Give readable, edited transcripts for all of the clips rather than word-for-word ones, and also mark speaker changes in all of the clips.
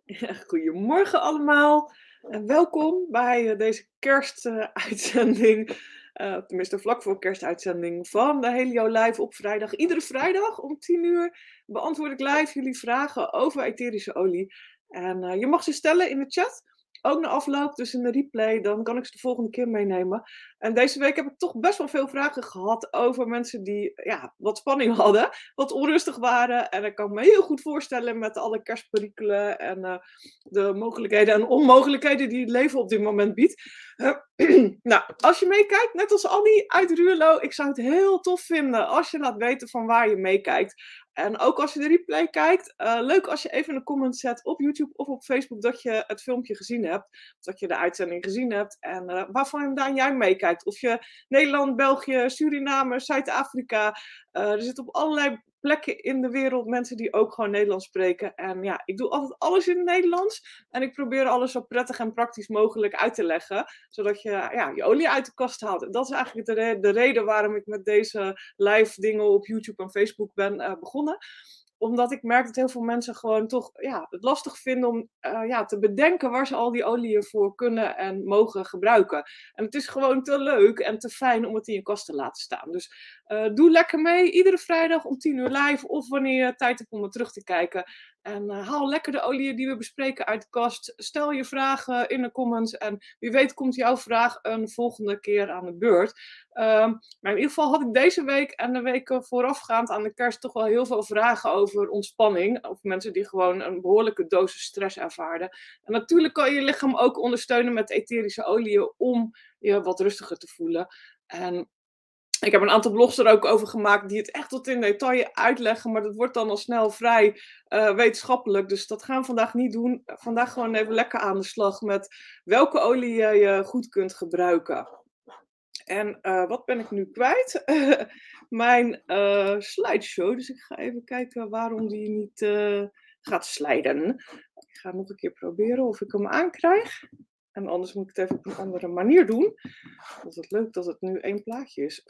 Speaker 1: Ja, goedemorgen allemaal en welkom bij deze kerstuitzending. Tenminste, vlak voor kerstuitzending van de Helio Live op vrijdag. Iedere vrijdag om 10 uur beantwoord ik live jullie vragen over etherische olie. En je mag ze stellen in de chat, ook na afloop, dus in de replay. Dan kan ik ze de volgende keer meenemen. En deze week heb ik toch best wel veel vragen gehad over mensen die wat spanning hadden, wat onrustig waren. En ik kan me heel goed voorstellen met alle kerstperikelen en de mogelijkheden en onmogelijkheden die het leven op dit moment biedt. Nou, als je meekijkt, net als Annie uit Ruurlo, ik zou het heel tof vinden als je laat weten van waar je meekijkt. En ook als je de replay kijkt, leuk als je even een comment zet op YouTube of op Facebook dat je het filmpje gezien hebt. Of dat je de uitzending gezien hebt en waarvan jij meekijkt. Of je Nederland, België, Suriname, Zuid-Afrika. Er zitten op allerlei plekken in de wereld mensen die ook gewoon Nederlands spreken. En ja, ik doe altijd alles in het Nederlands. En ik probeer alles zo prettig en praktisch mogelijk uit te leggen. Zodat je je olie uit de kast haalt. En dat is eigenlijk de reden waarom ik met deze live dingen op YouTube en Facebook ben begonnen. Omdat ik merk dat heel veel mensen gewoon toch het lastig vinden om te bedenken waar ze al die oliën voor kunnen en mogen gebruiken. En het is gewoon te leuk en te fijn om het in je kast te laten staan. Dus doe lekker mee, iedere vrijdag om 10 uur live of wanneer je tijd hebt om het terug te kijken. En haal lekker de oliën die we bespreken uit de kast. Stel je vragen in de comments en wie weet komt jouw vraag een volgende keer aan de beurt. Maar in ieder geval had ik deze week en de weken voorafgaand aan de kerst toch wel heel veel vragen over ontspanning. Of mensen die gewoon een behoorlijke dosis stress ervaarden. En natuurlijk kan je je lichaam ook ondersteunen met etherische oliën om je wat rustiger te voelen. En ik heb een aantal blogs er ook over gemaakt die het echt tot in detail uitleggen. Maar dat wordt dan al snel vrij wetenschappelijk. Dus dat gaan we vandaag niet doen. Vandaag gewoon even lekker aan de slag met welke olie je goed kunt gebruiken. En wat ben ik nu kwijt? Mijn slideshow. Dus ik ga even kijken waarom die niet gaat slijden. Ik ga nog een keer proberen of ik hem aankrijg. En anders moet ik het even op een andere manier doen. Dat is het leuk dat het nu één plaatje is.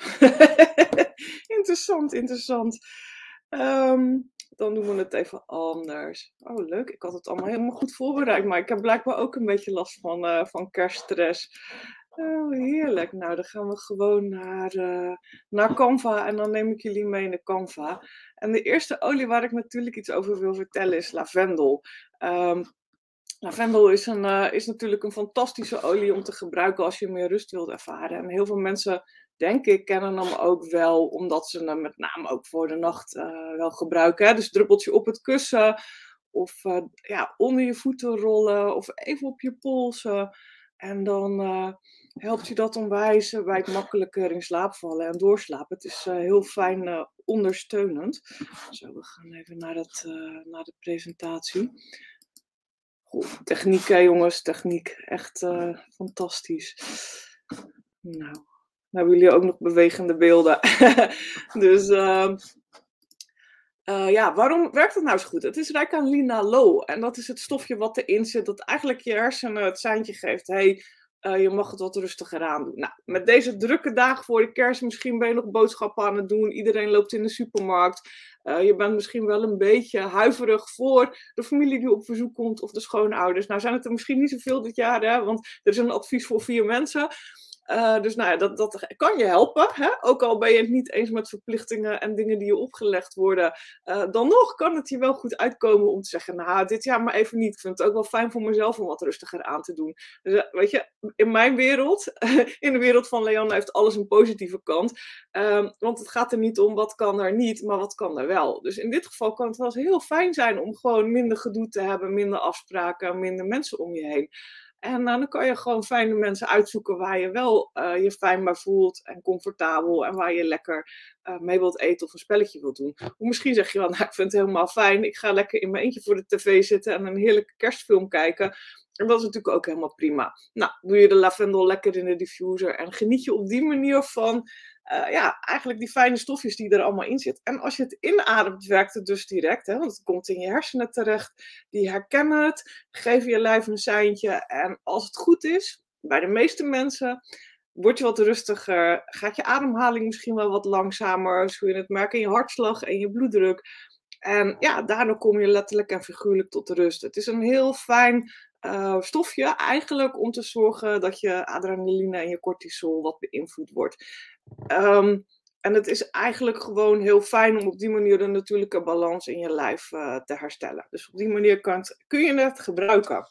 Speaker 1: Interessant. Dan doen we het even anders. Oh, leuk. Ik had het allemaal helemaal goed voorbereid. Maar ik heb blijkbaar ook een beetje last van kerststress. Oh, heerlijk. Nou, dan gaan we gewoon naar Canva. En dan neem ik jullie mee naar Canva. En de eerste olie waar ik natuurlijk iets over wil vertellen is lavendel. Lavendel is natuurlijk een fantastische olie om te gebruiken als je meer rust wilt ervaren. En heel veel mensen, denk ik, kennen hem ook wel, omdat ze hem met name ook voor de nacht wel gebruiken. Hè? Dus druppeltje op het kussen, of onder je voeten rollen, of even op je polsen. En dan helpt je dat onwijs bij het makkelijker in slaap vallen en doorslapen. Het is heel fijn ondersteunend. Zo, we gaan even naar de presentatie. Goed, techniek, hè, jongens, techniek. Echt fantastisch. Nou, dan hebben jullie ook nog bewegende beelden. Dus waarom werkt het nou zo goed? Het is rijk aan linalool. En dat is het stofje wat erin zit, dat eigenlijk je hersenen het seintje geeft. Hey, je mag het wat rustiger aan doen. Nou, met deze drukke dagen voor de kerst, misschien ben je nog boodschappen aan het doen. Iedereen loopt in de supermarkt. Je bent misschien wel een beetje huiverig voor de familie die op bezoek komt of de schoonouders. Nou zijn het er misschien niet zoveel dit jaar, hè, want er is een advies voor 4 mensen. Dus nou ja, dat kan je helpen. Hè? Ook al ben je het niet eens met verplichtingen en dingen die je opgelegd worden. Dan nog kan het je wel goed uitkomen om te zeggen, nou, dit jaar maar even niet. Ik vind het ook wel fijn voor mezelf om wat rustiger aan te doen. Dus weet je, in mijn wereld, in de wereld van Leanne, heeft alles een positieve kant. Want het gaat er niet om wat kan er niet, maar wat kan er wel. Dus in dit geval kan het wel eens heel fijn zijn om gewoon minder gedoe te hebben, minder afspraken, minder mensen om je heen. En dan kan je gewoon fijne mensen uitzoeken waar je wel je fijn bij voelt en comfortabel en waar je lekker mee wilt eten of een spelletje wilt doen. Of misschien zeg je wel, nou, ik vind het helemaal fijn, ik ga lekker in mijn eentje voor de tv zitten en een heerlijke kerstfilm kijken. En dat is natuurlijk ook helemaal prima. Nou, doe je de lavendel lekker in de diffuser en geniet je op die manier van eigenlijk die fijne stofjes die er allemaal in zitten. En als je het inademt, werkt het dus direct, hè, want het komt in je hersenen terecht. Die herkennen het, geven je lijf een seintje. En als het goed is, bij de meeste mensen, word je wat rustiger. Gaat je ademhaling misschien wel wat langzamer, zul je het merken in je hartslag en je bloeddruk. En ja, daardoor kom je letterlijk en figuurlijk tot rust. Het is een heel fijn stofje eigenlijk om te zorgen dat je adrenaline en je cortisol wat beïnvloed wordt. En het is eigenlijk gewoon heel fijn om op die manier de natuurlijke balans in je lijf te herstellen. Dus op die manier kun je het gebruiken.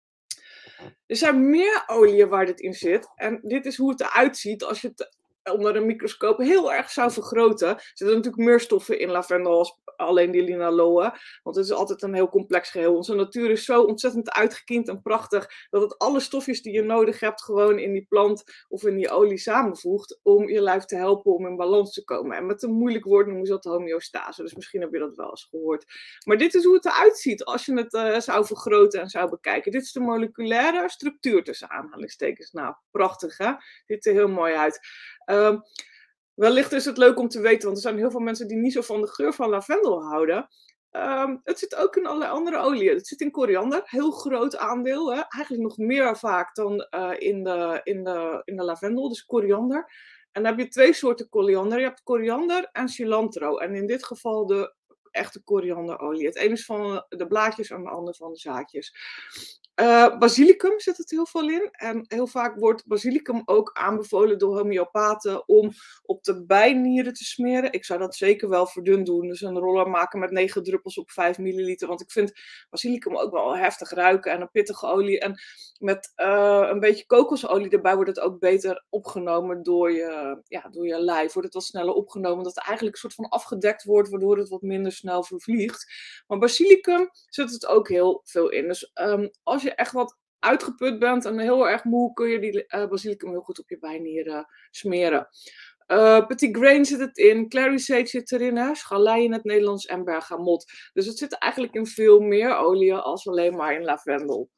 Speaker 1: Er zijn meer oliën waar dit in zit. En dit is hoe het eruit ziet als je het onder een microscoop heel erg zou vergroten. Er zitten natuurlijk meer stoffen in lavendel als alleen die linalool. Want het is altijd een heel complex geheel. Onze natuur is zo ontzettend uitgekiend en prachtig dat het alle stofjes die je nodig hebt gewoon in die plant of in die olie samenvoegt om je lijf te helpen om in balans te komen. En met een moeilijk woord noemen ze dat homeostase. Dus misschien heb je dat wel eens gehoord. Maar dit is hoe het eruit ziet als je het zou vergroten en zou bekijken. Dit is de moleculaire structuur tussen aanhalingstekens. Nou, prachtig hè? Ziet er heel mooi uit. Wellicht is het leuk om te weten, want er zijn heel veel mensen die niet zo van de geur van lavendel houden. Het zit ook in allerlei andere oliën. Het zit in koriander, heel groot aandeel. Hè? Eigenlijk nog meer vaak dan in de lavendel, dus koriander. En dan heb je 2 soorten koriander. Je hebt koriander en cilantro. En in dit geval de echte korianderolie. Het ene is van de blaadjes en de ander van de zaadjes. Basilicum zit het heel veel in. En heel vaak wordt basilicum ook aanbevolen door homeopaten om op de bijnieren te smeren. Ik zou dat zeker wel verdund doen. Dus een roller maken met 9 druppels op 5 milliliter. Want ik vind basilicum ook wel heftig ruiken en een pittige olie. En met een beetje kokosolie erbij wordt het ook beter opgenomen door je lijf. Wordt het wat sneller opgenomen. Dat het eigenlijk een soort van afgedekt wordt, waardoor het wat minder snel vervliegt. Maar basilicum zit het ook heel veel in. Dus als je echt wat uitgeput bent en heel erg moe, kun je die basilicum heel goed op je bijnieren smeren. Petit grain zit het in, clary sage zit erin, schalei in het Nederlands en bergamot. Dus het zit eigenlijk in veel meer oliën als alleen maar in lavendel.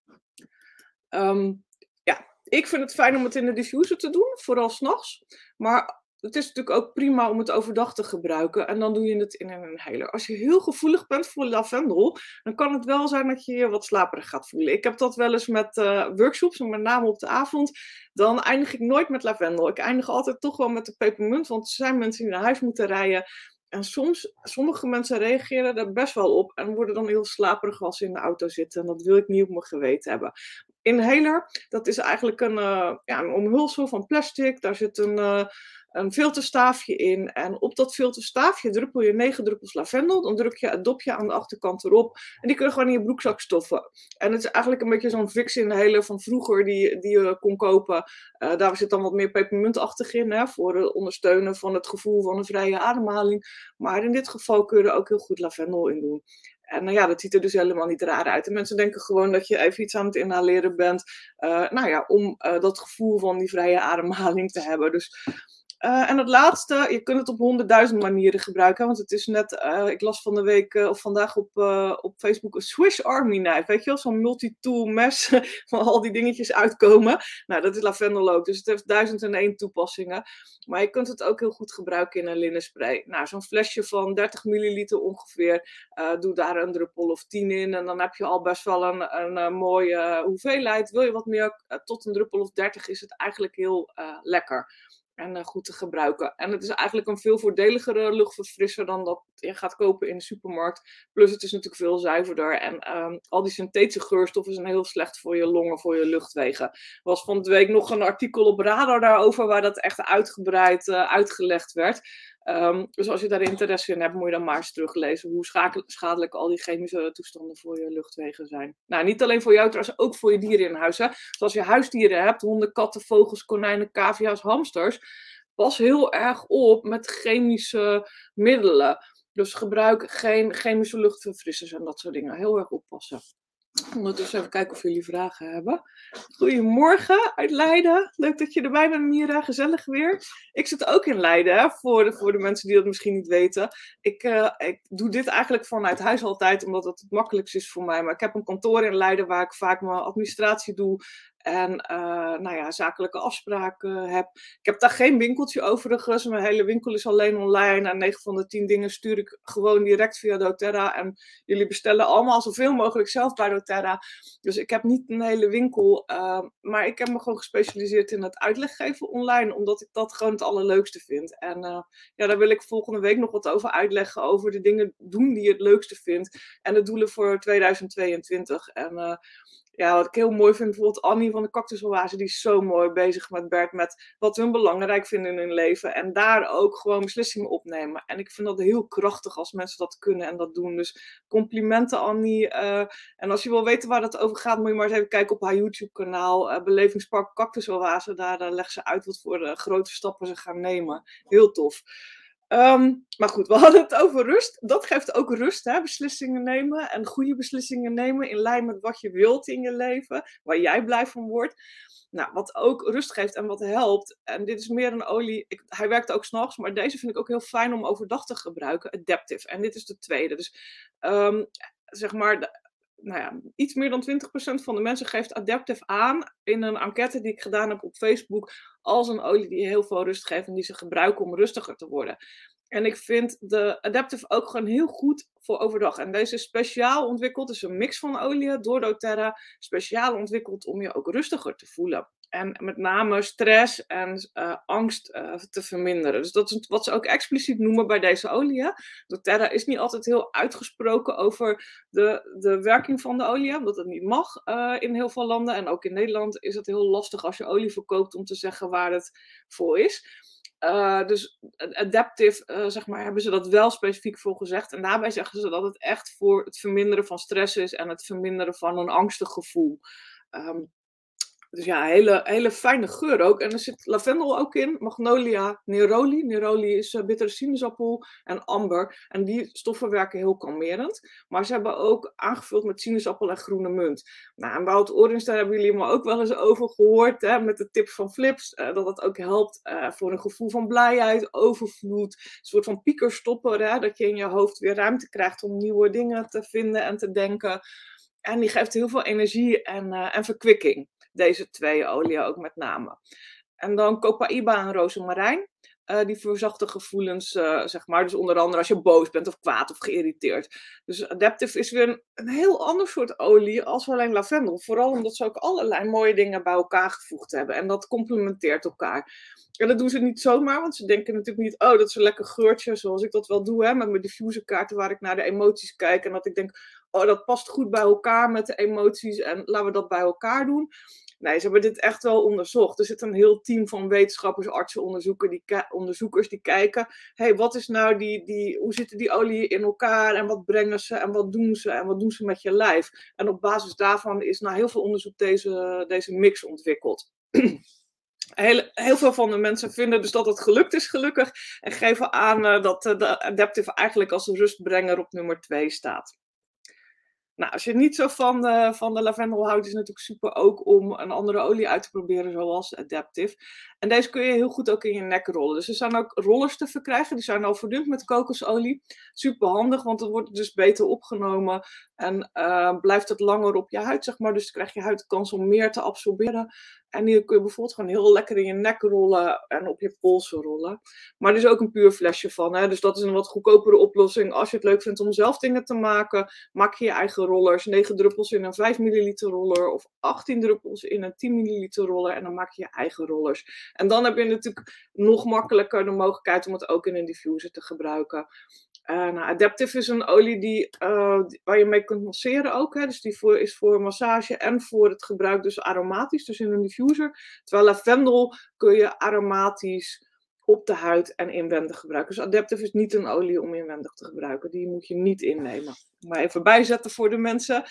Speaker 1: Ik vind het fijn om het in de diffuser te doen, vooral 's nachts. Maar het is natuurlijk ook prima om het overdag te gebruiken. En dan doe je het in een inhaler. Als je heel gevoelig bent voor lavendel, dan kan het wel zijn dat je je wat slaperig gaat voelen. Ik heb dat wel eens met workshops, en met name op de avond. Dan eindig ik nooit met lavendel. Ik eindig altijd toch wel met de pepermunt, want er zijn mensen die naar huis moeten rijden. En sommige mensen reageren daar best wel op en worden dan heel slaperig als ze in de auto zitten. En dat wil ik niet op mijn geweten hebben. Inhaler, dat is eigenlijk een omhulsel van plastic. Daar zit een filterstaafje in. En op dat filterstaafje druppel je 9 druppels lavendel. Dan druk je het dopje aan de achterkant erop. En die kun je gewoon in je broekzak stoffen. En het is eigenlijk een beetje zo'n Vicks inhaler van vroeger die je kon kopen. Daar zit dan wat meer pepermuntachtig in. Hè, voor het ondersteunen van het gevoel van een vrije ademhaling. Maar in dit geval kun je er ook heel goed lavendel in doen. En dat ziet er dus helemaal niet raar uit. En mensen denken gewoon dat je even iets aan het inhaleren bent. Om dat gevoel van die vrije ademhaling te hebben. Dus, en het laatste, je kunt het op 100.000 manieren gebruiken. Want het is net, ik las van de week of vandaag op Facebook een Swiss Army knife. Weet je wel, zo'n multi-tool mes van al die dingetjes uitkomen. Nou, dat is lavendel ook. Dus het heeft 1001 toepassingen. Maar je kunt het ook heel goed gebruiken in een linnenspray. Nou, zo'n flesje van 30 milliliter ongeveer. Doe daar een druppel of 10 in. En dan heb je al best wel een mooie hoeveelheid. Wil je wat meer, tot een druppel of 30 is het eigenlijk heel lekker. En goed te gebruiken. En het is eigenlijk een veel voordeligere luchtverfrisser dan dat je gaat kopen in de supermarkt. Plus het is natuurlijk veel zuiverder. En al die synthetische geurstoffen zijn heel slecht voor je longen, voor je luchtwegen. Er was van de week nog een artikel op Radar daarover waar dat echt uitgebreid uitgelegd werd. Dus als je daar interesse in hebt, moet je dan maar eens teruglezen hoe schadelijk al die chemische toestanden voor je luchtwegen zijn. Nou, niet alleen voor jou trouwens, ook voor je dieren in huis. Hè. Dus als je huisdieren hebt, honden, katten, vogels, konijnen, cavia's, hamsters, pas heel erg op met chemische middelen. Dus gebruik geen chemische luchtverfrissers en dat soort dingen. Heel erg oppassen. Ondertussen even kijken of jullie vragen hebben. Goedemorgen uit Leiden. Leuk dat je erbij bent, Mira. Gezellig weer. Ik zit ook in Leiden, hè, voor de mensen die dat misschien niet weten. Ik doe dit eigenlijk vanuit huis altijd, omdat het makkelijkst is voor mij. Maar ik heb een kantoor in Leiden waar ik vaak mijn administratie doe. en nou ja, zakelijke afspraken heb. Ik heb daar geen winkeltje overigens. Mijn hele winkel is alleen online. En 9 van de 10 dingen stuur ik gewoon direct via doTERRA. En jullie bestellen allemaal zoveel mogelijk zelf bij doTERRA. Dus ik heb niet een hele winkel. Maar ik heb me gewoon gespecialiseerd in het uitleg geven online. Omdat ik dat gewoon het allerleukste vind. En ja, daar wil ik volgende week nog wat over uitleggen. Over de dingen doen die je het leukste vindt. En de doelen voor 2022. En ja, wat ik heel mooi vind, bijvoorbeeld Annie van de Cactus Oase, die is zo mooi bezig met Bert, met wat hun belangrijk vinden in hun leven. En daar ook gewoon beslissingen opnemen. En ik vind dat heel krachtig als mensen dat kunnen en dat doen. Dus complimenten Annie. En als je wil weten waar dat over gaat, moet je maar eens even kijken op haar YouTube-kanaal. Belevingspark Cactus Oase. Daar legt ze uit wat voor grote stappen ze gaan nemen. Heel tof. Maar goed, we hadden het over rust. Dat geeft ook rust, hè? Beslissingen nemen en goede beslissingen nemen in lijn met wat je wilt in je leven, waar jij blij van wordt. Nou, wat ook rust geeft en wat helpt, en dit is meer een olie, hij werkt ook 's nachts, maar deze vind ik ook heel fijn om overdag te gebruiken, Adaptive. En dit is de tweede. Dus zeg maar, nou ja, iets meer dan 20% van de mensen geeft Adaptive aan in een enquête die ik gedaan heb op Facebook als een olie die heel veel rust geeft en die ze gebruiken om rustiger te worden. En ik vind de Adaptive ook gewoon heel goed voor overdag. En deze is speciaal ontwikkeld, het is een mix van oliën door doTERRA, speciaal ontwikkeld om je ook rustiger te voelen. En met name stress en angst te verminderen. Dus dat is wat ze ook expliciet noemen bij deze olie. doTERRA is niet altijd heel uitgesproken over de werking van de olie, omdat het niet mag in heel veel landen. En ook in Nederland is het heel lastig als je olie verkoopt om te zeggen waar het voor is. Dus Adaptive, zeg maar, hebben ze dat wel specifiek voor gezegd. En daarbij zeggen ze dat het echt voor het verminderen van stress is en het verminderen van een angstig gevoel. Dus ja, hele fijne geur ook. En er zit lavendel ook in, magnolia, neroli. Neroli is bittere sinaasappel en amber. En die stoffen werken heel kalmerend. Maar ze hebben ook aangevuld met sinaasappel en groene munt. Nou, en Wout Orens, daar hebben jullie me ook wel eens over gehoord. Hè, met de tips van Flips. Dat het ook helpt voor een gevoel van blijheid, overvloed. Een soort van piekerstopper. Hè, dat je in je hoofd weer ruimte krijgt om nieuwe dingen te vinden en te denken. En die geeft heel veel energie en verkwikking. Deze twee oliën ook met name. En dan copaiba en rozemarijn. Die verzachten gevoelens, zeg maar. Dus onder andere als je boos bent of kwaad of geïrriteerd. Dus Adaptive is weer een heel ander soort olie als alleen lavendel. Vooral omdat ze ook allerlei mooie dingen bij elkaar gevoegd hebben. En dat complementeert elkaar. En dat doen ze niet zomaar, want ze denken natuurlijk niet, oh, dat is een lekker geurtje, zoals ik dat wel doe, hè, met mijn diffuserkaarten waar ik naar de emoties kijk. En dat ik denk, oh, dat past goed bij elkaar met de emoties en laten we dat bij elkaar doen. Nee, ze hebben dit echt wel onderzocht. Er zit een heel team van wetenschappers, artsen, onderzoekers die kijken. Hey, wat is nou hoe zitten die oliën in elkaar en wat brengen ze en wat doen ze en wat doen ze met je lijf? En op basis daarvan is na heel veel onderzoek deze mix ontwikkeld. Heel veel van de mensen vinden dus dat het gelukt is, gelukkig. En geven aan dat de Adaptive eigenlijk als rustbrenger op nummer 2 staat. Nou, als je niet zo van de lavendel houdt, is het natuurlijk super ook om een andere olie uit te proberen, zoals Adaptive. En deze kun je heel goed ook in je nek rollen. Dus er zijn ook rollers te verkrijgen, die zijn al verdund met kokosolie. Super handig, want dan wordt het dus beter opgenomen en blijft het langer op je huid, zeg maar. Dus dan krijg je huid de kans om meer te absorberen. En die kun je bijvoorbeeld gewoon heel lekker in je nek rollen en op je polsen rollen. Maar er is ook een puur flesje van, hè? Dus dat is een wat goedkopere oplossing. Als je het leuk vindt om zelf dingen te maken, maak je je eigen rollers. 9 druppels in een 5 milliliter roller of 18 druppels in een 10 milliliter roller. En dan maak je je eigen rollers. En dan heb je natuurlijk nog makkelijker de mogelijkheid om het ook in een diffuser te gebruiken. Adaptive is een olie waar je mee kunt masseren ook. Hè? Dus die is voor massage en voor het gebruik dus aromatisch, dus in een diffuser. Terwijl lavendel kun je aromatisch op de huid en inwendig gebruiken. Dus Adaptive is niet een olie om inwendig te gebruiken. Die moet je niet innemen. Maar even bijzetten voor de mensen.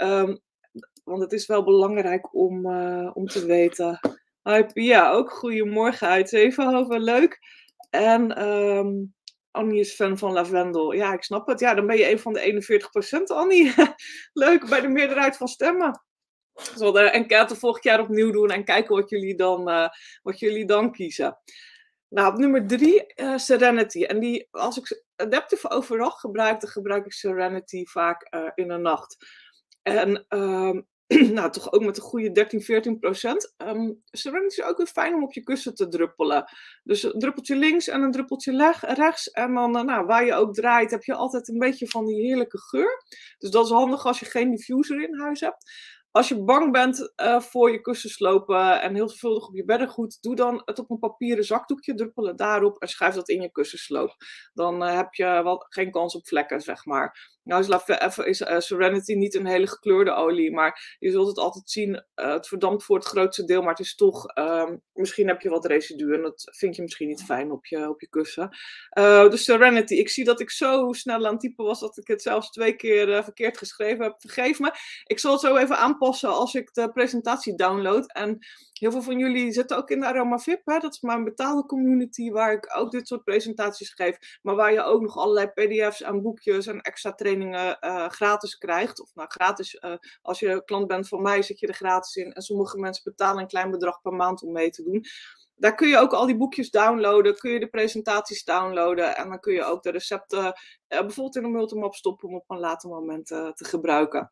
Speaker 1: Want het is wel belangrijk om te weten. Hi Pia, ook goedemorgen uit Zevenhoven. Leuk. En Annie is fan van lavendel. Ja, ik snap het. Ja, dan ben je een van de 41%, Annie. Leuk, bij de meerderheid van stemmen. We zullen de enquête volgend jaar opnieuw doen en kijken wat jullie dan kiezen. Nou, op nummer 3, Serenity. En als ik Adaptive overdag gebruik, dan gebruik ik Serenity vaak in de nacht. En nou, toch ook met een goede 13-14%. Serenity is ook weer fijn om op je kussen te druppelen. Dus een druppeltje links en een druppeltje rechts. En dan, nou, waar je ook draait, heb je altijd een beetje van die heerlijke geur. Dus dat is handig als je geen diffuser in huis hebt. Als je bang bent voor je kussenslopen en heel zorgvuldig op je beddengoed, doe dan het op een papieren zakdoekje, druppel het daarop en schuif dat in je kussensloop. Dan heb je geen kans op vlekken, zeg maar. Nou is Serenity niet een hele gekleurde olie, maar je zult het altijd zien. Het verdampt voor het grootste deel, maar het is toch, misschien heb je wat residu en dat vind je misschien niet fijn op je kussen. Dus Serenity, ik zie dat ik zo snel aan het typen was dat ik het zelfs 2 keer verkeerd geschreven heb. Vergeef me. Ik zal het zo even aanpassen als ik de presentatie download. En heel veel van jullie zitten ook in de Aroma VIP. Hè? Dat is mijn betaalde community waar ik ook dit soort presentaties geef. Maar waar je ook nog allerlei pdf's en boekjes en extra trainingen gratis krijgt. Of nou gratis, als je klant bent van mij zit je er gratis in. En sommige mensen betalen een klein bedrag per maand om mee te doen. Daar kun je ook al die boekjes downloaden, kun je de presentaties downloaden en dan kun je ook de recepten bijvoorbeeld in een multimap stoppen om op een later moment te gebruiken.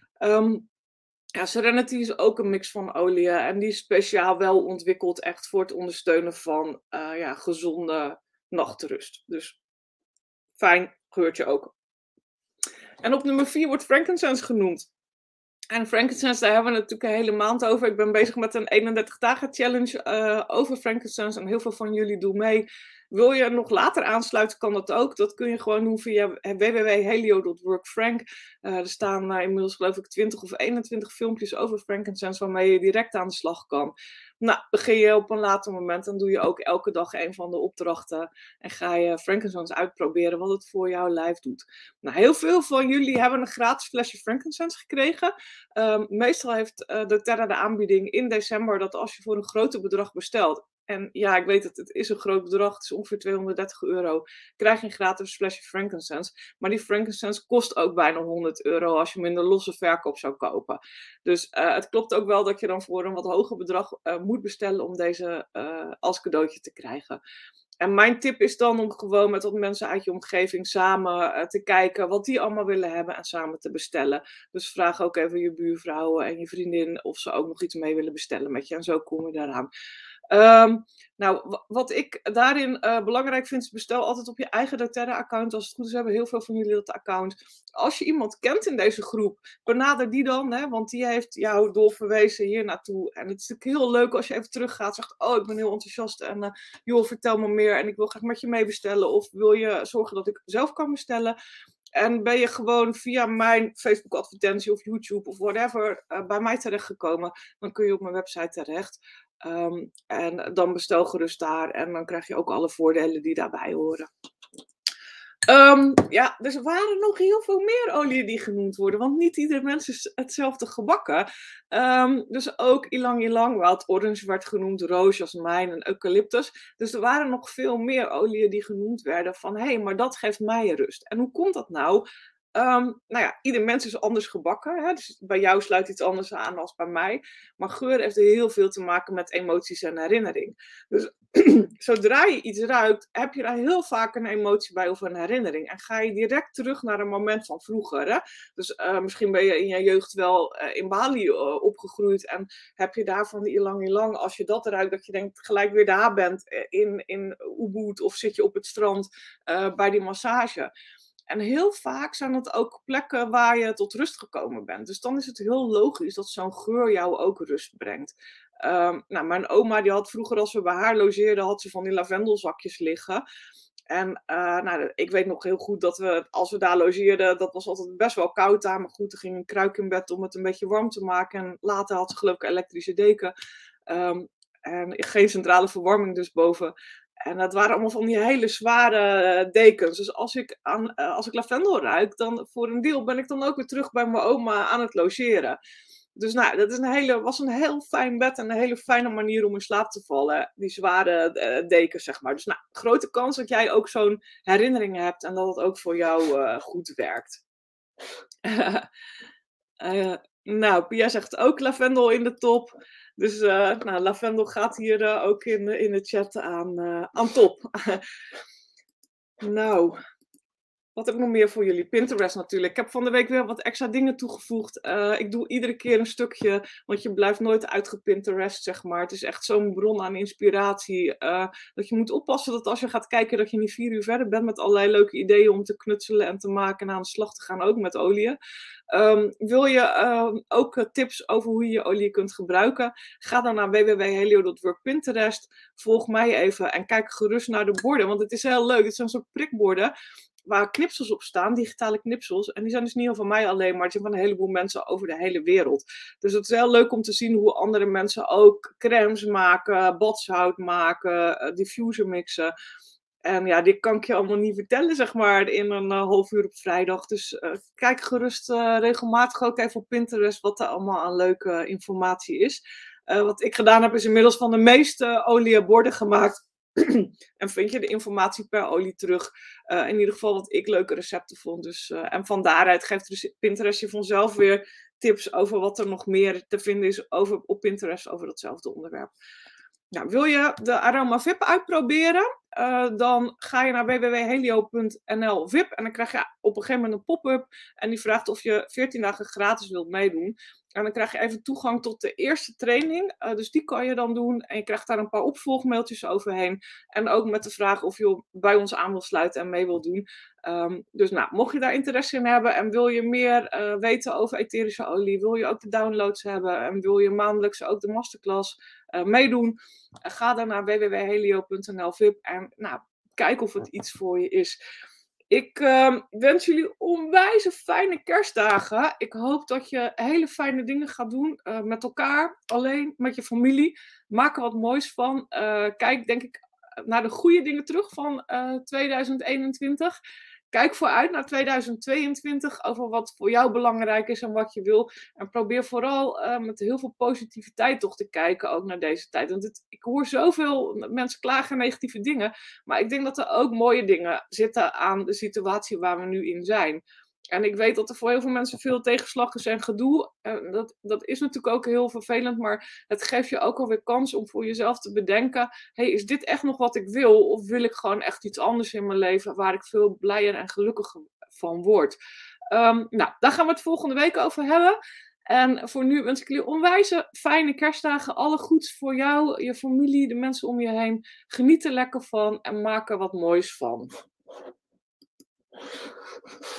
Speaker 1: Ja, Serenity is ook een mix van oliën en die is speciaal wel ontwikkeld echt voor het ondersteunen van gezonde nachtrust. Dus fijn geurtje ook. En op nummer 4 wordt frankincense genoemd. En frankincense, daar hebben we natuurlijk een hele maand over. Ik ben bezig met een 31 dagen challenge over frankincense. En heel veel van jullie doen mee. Wil je nog later aansluiten, kan dat ook. Dat kun je gewoon doen via www.helio.workfrank. Er staan inmiddels geloof ik 20 of 21 filmpjes over frankincense waarmee je direct aan de slag kan. Nou, begin je op een later moment. Dan doe je ook elke dag een van de opdrachten. En ga je frankincense uitproberen wat het voor jouw lijf doet. Nou, heel veel van jullie hebben een gratis flesje frankincense gekregen. Meestal heeft doTERRA de aanbieding in december dat als je voor een groter bedrag bestelt. En ja, ik weet het is een groot bedrag. Het is ongeveer €230. Krijg je een gratis flesje frankincense. Maar die frankincense kost ook bijna €100 als je hem in de losse verkoop zou kopen. Dus het klopt ook wel dat je dan voor een wat hoger bedrag moet bestellen om deze als cadeautje te krijgen. En mijn tip is dan om gewoon met wat mensen uit je omgeving samen te kijken wat die allemaal willen hebben en samen te bestellen. Dus vraag ook even je buurvrouw en je vriendin of ze ook nog iets mee willen bestellen met je. En zo kom je daaraan. Nou, wat ik daarin belangrijk vind, is bestel altijd op je eigen doTERRA-account. Als het goed is, hebben heel veel van jullie dat account. Als je iemand kent in deze groep, benader die dan, hè, want die heeft jou doorverwezen hier naartoe. En het is natuurlijk heel leuk als je even teruggaat, zegt, oh, ik ben heel enthousiast en joh, vertel me meer en ik wil graag met je mee bestellen. Of wil je zorgen dat ik zelf kan bestellen? En ben je gewoon via mijn Facebook-advertentie of YouTube of whatever bij mij terechtgekomen, dan kun je op mijn website terecht. En dan bestel gerust daar en dan krijg je ook alle voordelen die daarbij horen. Ja, dus er waren nog heel veel meer oliën die genoemd worden, want niet iedere mens is hetzelfde gebakken. Dus ook ylang ylang, wat orange werd genoemd, roos, jasmijn en eucalyptus. Dus er waren nog veel meer oliën die genoemd werden van, hé, maar dat geeft mij rust. En hoe komt dat nou? Nou ja, ieder mens is anders gebakken. Hè? Dus bij jou sluit iets anders aan dan bij mij. Maar geur heeft heel veel te maken met emoties en herinnering. Dus zodra je iets ruikt, heb je daar heel vaak een emotie bij of een herinnering. En ga je direct terug naar een moment van vroeger. Hè? Dus misschien ben je in je jeugd wel in Bali opgegroeid. En heb je daarvan die lang, als je dat ruikt, dat je denkt gelijk weer daar bent in Ubud. Of zit je op het strand bij die massage. En heel vaak zijn het ook plekken waar je tot rust gekomen bent. Dus dan is het heel logisch dat zo'n geur jou ook rust brengt. Nou, mijn oma die had vroeger, als we bij haar logeerden, had ze van die lavendelzakjes liggen. En nou, ik weet nog heel goed dat we, als we daar logeerden, dat was altijd best wel koud daar. Maar goed, er ging een kruik in bed om het een beetje warm te maken. En later had ze geloof ik een elektrische deken. En geen centrale verwarming dus boven. En dat waren allemaal van die hele zware dekens. Dus als ik lavendel ruik, dan voor een deel ben ik dan ook weer terug bij mijn oma aan het logeren. Dus nou, dat is was een heel fijn bed en een hele fijne manier om in slaap te vallen. Die zware dekens, zeg maar. Dus nou, grote kans dat jij ook zo'n herinnering hebt en dat het ook voor jou goed werkt. Nou, Pia zegt ook lavendel in de top. Dus nou, lavendel gaat hier ook in de chat aan top. Nou, Wat heb ik nog meer voor jullie? Pinterest natuurlijk. Ik heb van de week weer wat extra dingen toegevoegd. Ik doe iedere keer een stukje, want je blijft nooit uitgepinterest, zeg maar. Het is echt zo'n bron aan inspiratie. Dat je moet oppassen dat als je gaat kijken, dat je niet 4 uur verder bent met allerlei leuke ideeën om te knutselen en te maken en aan de slag te gaan, ook met oliën. Wil je ook tips over hoe je je olie kunt gebruiken? Ga dan naar www.helio.work/Pinterest. Volg mij even en kijk gerust naar de borden, want het is heel leuk. Het zijn soort prikborden waar knipsels op staan, digitale knipsels. En die zijn dus niet van mij alleen, maar het zijn van een heleboel mensen over de hele wereld. Dus het is heel leuk om te zien hoe andere mensen ook crèmes maken, badzout maken, diffuser mixen. En ja, dit kan ik je allemaal niet vertellen, zeg maar, in een half uur op vrijdag. Dus kijk gerust regelmatig ook even op Pinterest wat er allemaal aan leuke informatie is. Wat ik gedaan heb, is inmiddels van de meeste olie borden gemaakt. En vind je de informatie per olie terug. In ieder geval wat ik leuke recepten vond. Dus, en van daaruit geeft Pinterest je vanzelf weer tips over wat er nog meer te vinden is op Pinterest over datzelfde onderwerp. Nou, wil je de Aroma VIP uitproberen? Dan ga je naar www.helio.nl/VIP en dan krijg je op een gegeven moment een pop-up en die vraagt of je 14 dagen gratis wilt meedoen. En dan krijg je even toegang tot de eerste training, dus die kan je dan doen en je krijgt daar een paar opvolgmailtjes overheen. En ook met de vraag of je bij ons aan wil sluiten en mee wil doen. Dus nou, mocht je daar interesse in hebben en wil je meer weten over etherische olie, wil je ook de downloads hebben en wil je maandelijks ook de masterclass meedoen, ga dan naar www.helio.nl/VIP en nou, kijk of het iets voor je is. Ik wens jullie onwijs fijne kerstdagen. Ik hoop dat je hele fijne dingen gaat doen met elkaar, alleen met je familie. Maak er wat moois van. Kijk, denk ik, naar de goede dingen terug van 2021. Kijk vooruit naar 2022 over wat voor jou belangrijk is en wat je wil. En probeer vooral met heel veel positiviteit toch te kijken ook naar deze tijd. Want ik hoor zoveel mensen klagen negatieve dingen. Maar ik denk dat er ook mooie dingen zitten aan de situatie waar we nu in zijn. En ik weet dat er voor heel veel mensen veel tegenslag is en gedoe. Dat is natuurlijk ook heel vervelend, maar het geeft je ook alweer kans om voor jezelf te bedenken: hey, is dit echt nog wat ik wil? Of wil ik gewoon echt iets anders in mijn leven waar ik veel blijer en gelukkiger van word? Nou, daar gaan we het volgende week over hebben. En voor nu wens ik jullie onwijze fijne kerstdagen. Alle goeds voor jou, je familie, de mensen om je heen. Geniet er lekker van en maak er wat moois van.